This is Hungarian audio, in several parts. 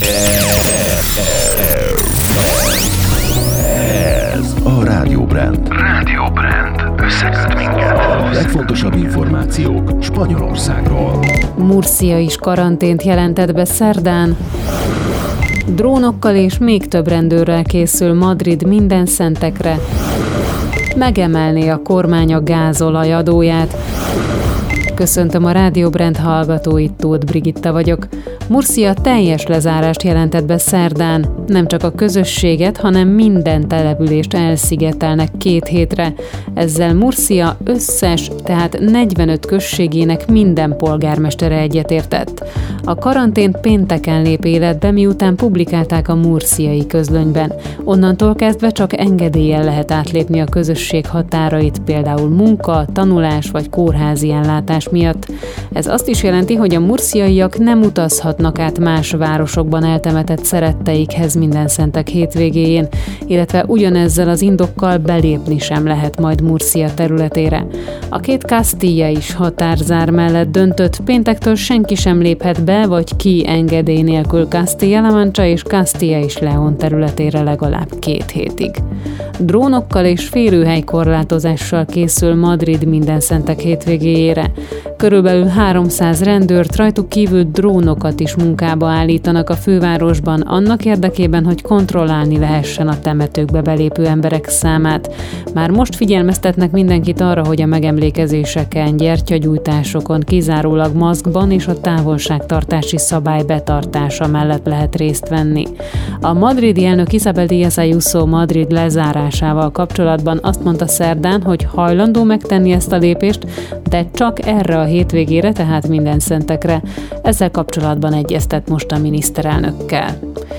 Ez a Rádió Brand. Rádió Brand. Összeköt minket. A legfontosabb információk Spanyolországról. Murcia is karantént jelentett be szerdán. Drónokkal és még több rendőrrel készül Madrid Mindenszentekre. Megemelné a kormány a gázolaj adóját. Köszöntöm a Rádió Brand hallgatóit, Tóth Brigitta vagyok. Murcia teljes lezárást jelentett be szerdán. Nem csak a közösséget, hanem minden települést elszigetelnek 2 hétre. Ezzel Murcia összes, tehát 45 községének minden polgármestere egyetértett. A karantén pénteken lép életbe, miután publikálták a murciai közlönyben. Onnantól kezdve csak engedéllyel lehet átlépni a közösség határait, például munka, tanulás vagy kórházi ellátás miatt. Ez azt is jelenti, hogy a murciaiak nem utazhatnak át más városokban eltemetett szeretteikhez Mindenszentek hétvégéjén, illetve ugyanezzel az indokkal belépni sem lehet majd Murcia területére. A 2 Castilla is határzár mellett döntött, péntektől senki sem léphet be vagy ki engedély nélkül Castilla-La Mancha és Castilla és León területére legalább 2 hétig. Drónokkal és férőhelykorlátozással készül Madrid Mindenszentek hétvégéjére. Körülbelül 300 rendőrt, rajtuk kívül drónokat is munkába állítanak a fővárosban annak érdekében, hogy kontrollálni lehessen a temetőkbe belépő emberek számát. Már most figyelmeztetnek mindenkit arra, hogy a megemlékezéseken, gyertyagyújtásokon kizárólag maszkban és a távolságtartási szabály betartása mellett lehet részt venni. A madridi elnök Isabel Díaz Ayuso Madrid lezárásával kapcsolatban azt mondta szerdán, hogy hajlandó megtenni ezt a lépést, de csak erre a hétvégére, tehát Mindenszentekre. Ezzel kapcsolatban egyeztet most a miniszterelnökkel.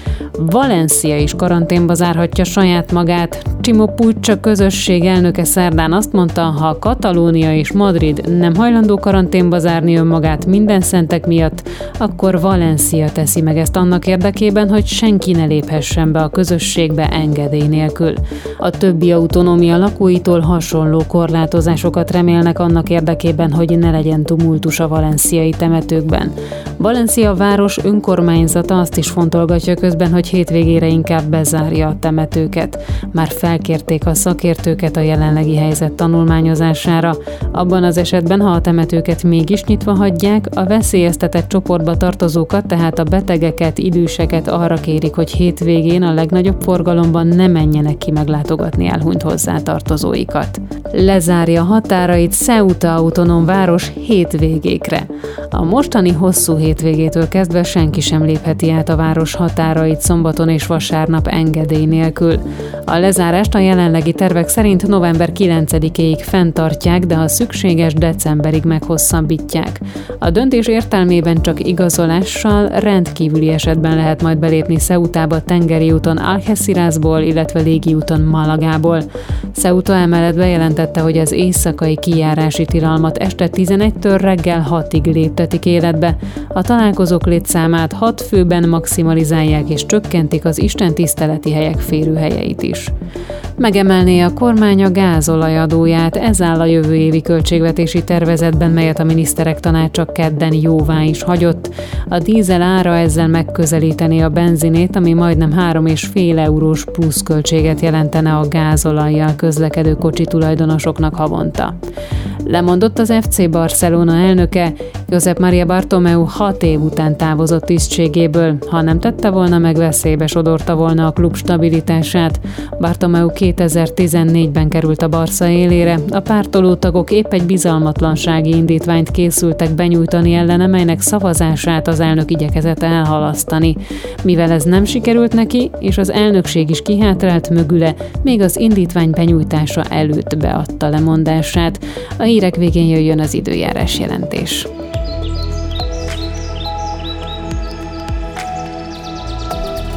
Valencia is karanténba zárhatja saját magát. Chimo Puig közösség elnöke szerdán azt mondta, ha Katalónia és Madrid nem hajlandó karanténba zárni önmagát Mindenszentek miatt, akkor Valencia teszi meg ezt annak érdekében, hogy senki ne léphessen be a közösségbe engedély nélkül. A többi autonómia lakóitól hasonló korlátozásokat remélnek annak érdekében, hogy ne legyen tumultus a valenciai temetőkben. Valencia város önkormányzata azt is fontolgatja közben, hogy hétvégére inkább bezárja a temetőket. Már felkérték a szakértőket a jelenlegi helyzet tanulmányozására. Abban az esetben, ha a temetőket mégis nyitva hagyják, a veszélyeztetett csoportba tartozókat, tehát a betegeket, időseket arra kérik, hogy hétvégén a legnagyobb forgalomban ne menjenek ki meglátogatni elhunyt hozzátartozóikat. Lezárja határait Ceuta autonóm város hétvégékre. A mostani hosszú hétvégétől kezdve senki sem lépheti át a város határait szombaton és vasárnap engedély nélkül. A lezárást a jelenlegi tervek szerint november 9-éig fenntartják, de ha szükséges, decemberig meghosszabbítják. A döntés értelmében csak igazolással rendkívüli esetben lehet majd belépni Ceutába tengeri úton Algecirászból, illetve légi úton Malagából. Ceuta emellett bejelentette, hogy az éjszakai kijárási tilalmat este 11-től reggel 6-ig léptetik életbe. A találkozók létszámát 6 főben maximalizálják és csökkentik az istentiszteleti helyek férőhelyeit is. Megemelné a kormány a gázolaj adóját, ez áll a jövő évi költségvetési tervezetben, melyet a miniszterek tanácsa kedden jóvá is hagyott. A dízel ára ezzel megközelítené a benzinét, ami majdnem 3,5 eurós pluszköltséget jelentene a gázolajjal közlekedő kocsi tulajdonosoknak havonta. Lemondott az FC Barcelona elnöke, Josep Maria Bartomeu 6 év után távozott tisztségéből. Ha nem tette volna meg, veszélybe sodorta volna a klub stabilitását. Bartomeu 2014-ben került a Barca élére. A pártoló tagok épp egy bizalmatlansági indítványt készültek benyújtani ellene, melynek szavazását az elnök igyekezett elhalasztani. Mivel ez nem sikerült neki, és az elnökség is kihátrált mögüle, még az indítvány benyújtása előtt beadta lemondását. A hírek végén jöjjön az időjárás jelentés.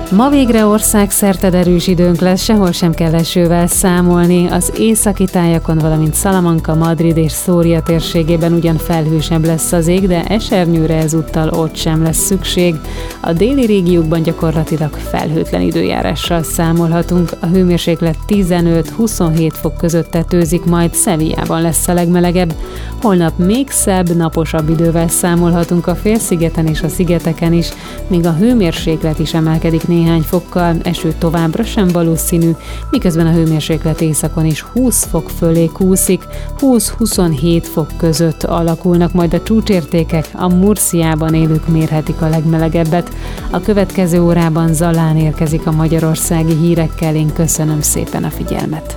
Ma végre országszerte derűs időnk lesz, sehol sem kell esővel számolni. Az északi tájakon, valamint Salamanca, Madrid és Szória térségében ugyan felhősebb lesz az ég, de esernyőre ezúttal ott sem lesz szükség. A déli régiókban gyakorlatilag felhőtlen időjárással számolhatunk. A hőmérséklet 15-27 fok között tetőzik, majd Sevillában lesz a legmelegebb. Holnap még szebb, naposabb idővel számolhatunk a félszigeten és a szigeteken is, míg a hőmérséklet is emelkedik néhány fokkal, eső továbbra sem valószínű, miközben a hőmérséklet északon is 20 fok fölé kúszik, 20-27 fok között alakulnak majd a csúcsértékek, a Murciában élők mérhetik a legmelegebbet. A következő órában Zalán érkezik a magyarországi hírekkel, én köszönöm szépen a figyelmet.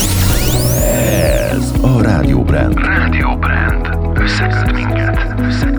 Ez a Rádió Brand. Rádió Brand. Összeköt minket.